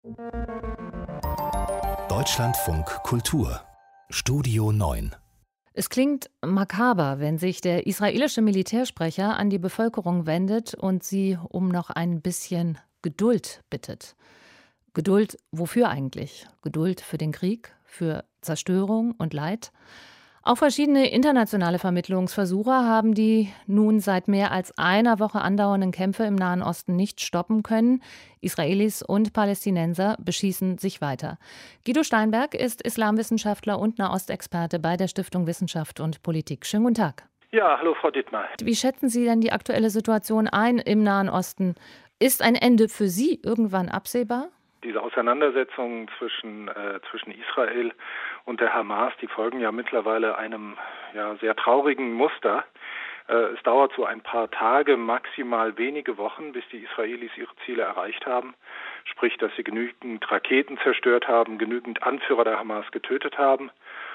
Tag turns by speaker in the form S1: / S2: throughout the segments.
S1: Deutschlandfunk Kultur Studio 9.
S2: Es klingt makaber, wenn sich der israelische Militärsprecher an die Bevölkerung wendet und sie um noch ein bisschen Geduld bittet. Geduld wofür eigentlich? Geduld für den Krieg, für Zerstörung und Leid? Auch verschiedene internationale Vermittlungsversuche haben die nun seit mehr als einer Woche andauernden Kämpfe im Nahen Osten nicht stoppen können. Israelis und Palästinenser beschießen sich weiter. Guido Steinberg ist Islamwissenschaftler und Nahostexperte bei der Stiftung Wissenschaft und Politik. Schönen guten Tag.
S3: Ja, hallo Frau Dittmar.
S2: Wie schätzen Sie denn die aktuelle Situation ein im Nahen Osten? Ist ein Ende für Sie irgendwann absehbar?
S3: Diese Auseinandersetzungen zwischen Israel und der Hamas, die folgen ja mittlerweile einem sehr traurigen Muster. Es dauert so ein paar Tage, maximal wenige Wochen, bis die Israelis ihre Ziele erreicht haben. Sprich, dass sie genügend Raketen zerstört haben, genügend Anführer der Hamas getötet haben.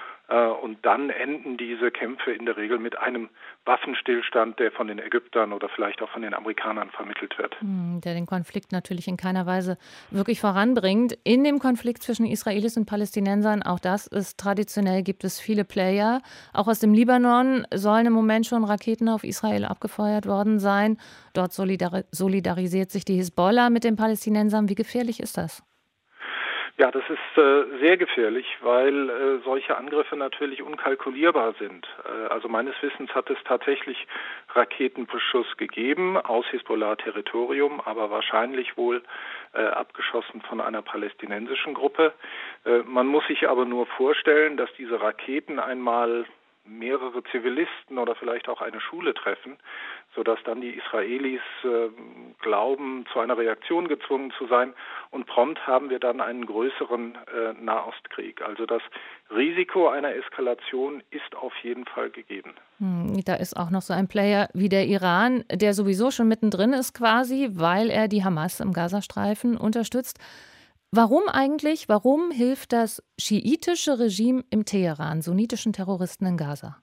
S3: Und dann enden diese Kämpfe in der Regel mit einem Waffenstillstand, der von den Ägyptern oder vielleicht auch von den Amerikanern vermittelt wird.
S2: Der den Konflikt natürlich in keiner Weise wirklich voranbringt. In dem Konflikt zwischen Israelis und Palästinensern, auch das ist traditionell, gibt es viele Player. Auch aus dem Libanon sollen im Moment schon Raketen auf Israel abgefeuert worden sein. Dort solidarisiert sich die Hisbollah mit den Palästinensern. Wie gefährlich ist das?
S3: Ja, das ist sehr gefährlich, weil solche Angriffe natürlich unkalkulierbar sind. Also meines Wissens hat es tatsächlich Raketenbeschuss gegeben aus Hisbollah-Territorium, aber wahrscheinlich wohl abgeschossen von einer palästinensischen Gruppe. Man muss sich aber nur vorstellen, dass diese Raketen einmal mehrere Zivilisten oder vielleicht auch eine Schule treffen, sodass dann die Israelis glauben, zu einer Reaktion gezwungen zu sein. Und prompt haben wir dann einen größeren Nahostkrieg. Also das Risiko einer Eskalation ist auf jeden Fall gegeben.
S2: Da ist auch noch so ein Player wie der Iran, der sowieso schon mittendrin ist quasi, weil er die Hamas im Gazastreifen unterstützt. Warum eigentlich? Warum hilft das schiitische Regime im Teheran sunnitischen Terroristen in Gaza?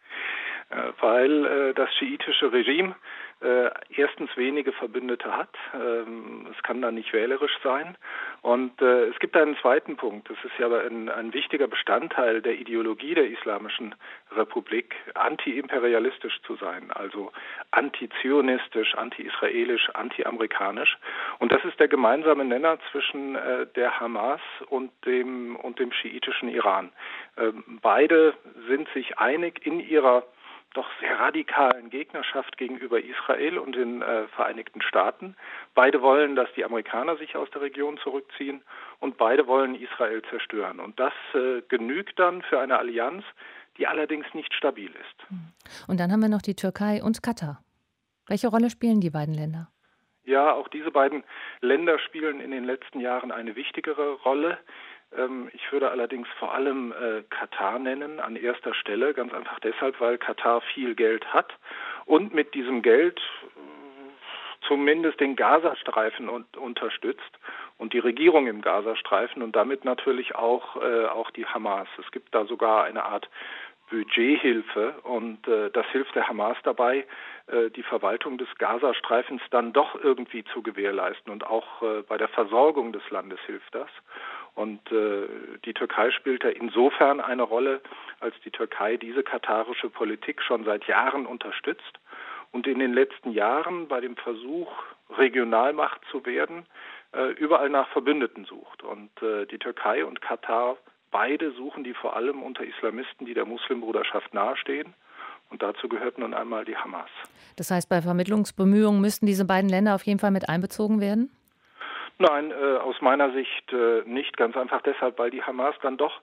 S3: Weil das schiitische Regime erstens wenige Verbündete hat. Es kann da nicht wählerisch sein. Und es gibt einen zweiten Punkt. Das ist ja ein wichtiger Bestandteil der Ideologie der Islamischen Republik, anti-imperialistisch zu sein, also anti-zionistisch, anti-israelisch, anti-amerikanisch. Und das ist der gemeinsame Nenner zwischen der Hamas und dem schiitischen Iran. Beide sind sich einig in ihrer doch sehr radikalen Gegnerschaft gegenüber Israel und den Vereinigten Staaten. Beide wollen, dass die Amerikaner sich aus der Region zurückziehen und beide wollen Israel zerstören. Und das genügt dann für eine Allianz, die allerdings nicht stabil ist.
S2: Und dann haben wir noch die Türkei und Katar. Welche Rolle spielen die beiden Länder?
S3: Ja, auch diese beiden Länder spielen in den letzten Jahren eine wichtigere Rolle. Ich würde allerdings vor allem Katar nennen an erster Stelle, ganz einfach deshalb, weil Katar viel Geld hat und mit diesem Geld zumindest den Gazastreifen unterstützt und die Regierung im Gazastreifen und damit natürlich auch die Hamas. Es gibt da sogar eine Art Budgethilfe und das hilft der Hamas dabei, die Verwaltung des Gazastreifens dann doch irgendwie zu gewährleisten und auch bei der Versorgung des Landes hilft das. Und die Türkei spielt da insofern eine Rolle, als die Türkei diese katarische Politik schon seit Jahren unterstützt und in den letzten Jahren bei dem Versuch, Regionalmacht zu werden, überall nach Verbündeten sucht. Und die Türkei und Katar, beide suchen die vor allem unter Islamisten, die der Muslimbruderschaft nahestehen. Und dazu gehört nun einmal die Hamas.
S2: Das heißt, bei Vermittlungsbemühungen müssten diese beiden Länder auf jeden Fall mit einbezogen werden?
S3: Nein, aus meiner Sicht nicht. Ganz einfach deshalb, weil die Hamas dann doch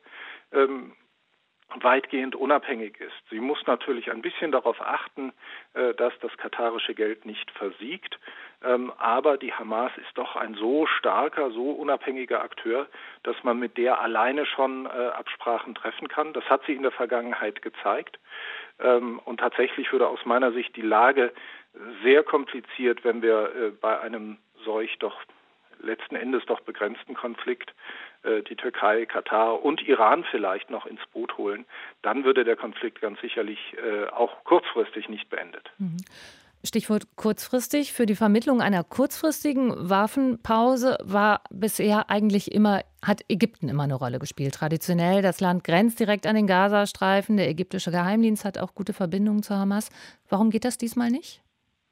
S3: weitgehend unabhängig ist. Sie muss natürlich ein bisschen darauf achten, dass das katarische Geld nicht versiegt. Aber die Hamas ist doch ein so starker, so unabhängiger Akteur, dass man mit der alleine schon Absprachen treffen kann. Das hat sie in der Vergangenheit gezeigt. Und tatsächlich würde aus meiner Sicht die Lage sehr kompliziert, wenn wir bei einem solch doch letzten Endes doch begrenzten Konflikt die Türkei, Katar und Iran vielleicht noch ins Boot holen, dann würde der Konflikt ganz sicherlich auch kurzfristig nicht beendet.
S2: Stichwort kurzfristig. Für die Vermittlung einer kurzfristigen Waffenpause hat Ägypten immer eine Rolle gespielt. Traditionell, das Land grenzt direkt an den Gazastreifen. Der ägyptische Geheimdienst hat auch gute Verbindungen zur Hamas. Warum geht das diesmal nicht?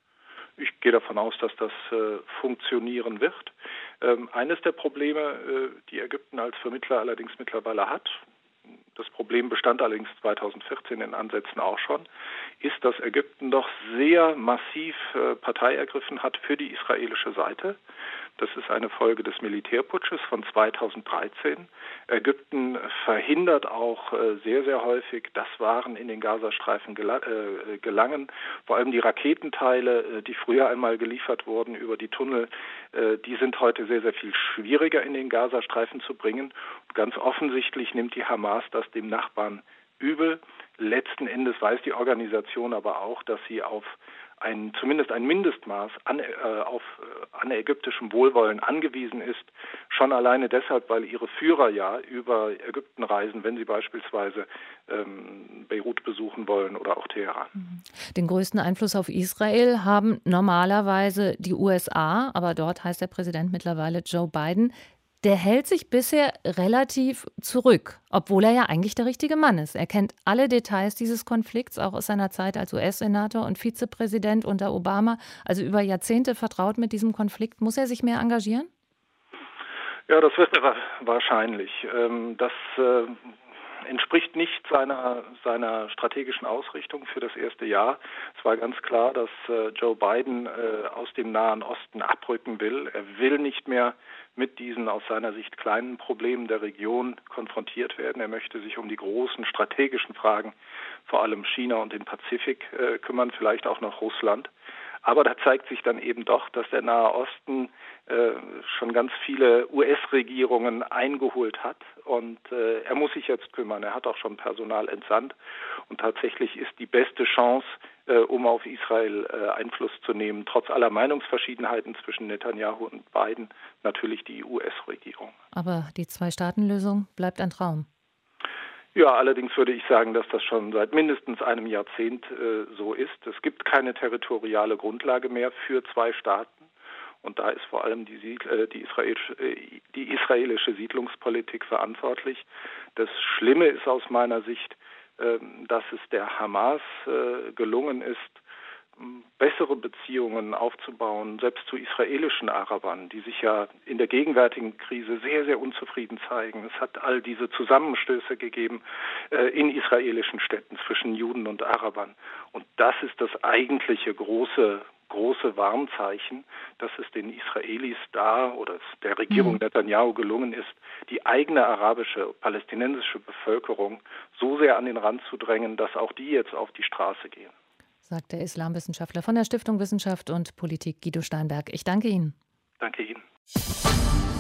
S3: Ich gehe davon aus, dass das funktionieren wird. Eines der Probleme, die Ägypten als Vermittler allerdings mittlerweile hat, das Problem bestand allerdings 2014 in Ansätzen auch schon, ist, dass Ägypten doch sehr massiv Partei ergriffen hat für die israelische Seite. Das ist eine Folge des Militärputsches von 2013. Ägypten verhindert auch sehr, sehr häufig, dass Waren in den Gazastreifen gelangen. Vor allem die Raketenteile, die früher einmal geliefert wurden über die Tunnel, die sind heute sehr, sehr viel schwieriger in den Gazastreifen zu bringen. Und ganz offensichtlich nimmt die Hamas das dem Nachbarn übel. Letzten Endes weiß die Organisation aber auch, dass sie auf zumindest ein Mindestmaß an ägyptischem Wohlwollen angewiesen ist, schon alleine deshalb, weil ihre Führer ja über Ägypten reisen, wenn sie beispielsweise Beirut besuchen wollen oder auch Teheran.
S2: Den größten Einfluss auf Israel haben normalerweise die USA, aber dort heißt der Präsident mittlerweile Joe Biden. Der hält sich bisher relativ zurück, obwohl er ja eigentlich der richtige Mann ist. Er kennt alle Details dieses Konflikts, auch aus seiner Zeit als US-Senator und Vizepräsident unter Obama, also über Jahrzehnte vertraut mit diesem Konflikt. Muss er sich mehr engagieren?
S3: Ja, das wird er wahrscheinlich. Das entspricht nicht seiner strategischen Ausrichtung für das erste Jahr. Es war ganz klar, dass Joe Biden aus dem Nahen Osten abrücken will. Er will nicht mehr mit diesen aus seiner Sicht kleinen Problemen der Region konfrontiert werden. Er möchte sich um die großen strategischen Fragen, vor allem China und den Pazifik, kümmern, vielleicht auch noch Russland. Aber da zeigt sich dann eben doch, dass der Nahe Osten schon ganz viele US-Regierungen eingeholt hat und er muss sich jetzt kümmern. Er hat auch schon Personal entsandt und tatsächlich ist die beste Chance, um auf Israel Einfluss zu nehmen, trotz aller Meinungsverschiedenheiten zwischen Netanyahu und Biden, natürlich die US-Regierung.
S2: Aber die Zwei-Staaten-Lösung bleibt ein Traum.
S3: Ja, allerdings würde ich sagen, dass das schon seit mindestens einem Jahrzehnt so ist. Es gibt keine territoriale Grundlage mehr für zwei Staaten. Und da ist vor allem die israelische Siedlungspolitik verantwortlich. Das Schlimme ist aus meiner Sicht, dass es der Hamas gelungen ist, bessere Beziehungen aufzubauen, selbst zu israelischen Arabern, die sich ja in der gegenwärtigen Krise sehr, sehr unzufrieden zeigen. Es hat all diese Zusammenstöße gegeben in israelischen Städten zwischen Juden und Arabern. Und das ist das eigentliche große Warnzeichen, dass es den Israelis oder der Regierung Netanyahu gelungen ist, die eigene arabische, palästinensische Bevölkerung so sehr an den Rand zu drängen, dass auch die jetzt auf die Straße gehen.
S2: Sagt der Islamwissenschaftler von der Stiftung Wissenschaft und Politik Guido Steinberg. Ich danke Ihnen.
S3: Danke Ihnen.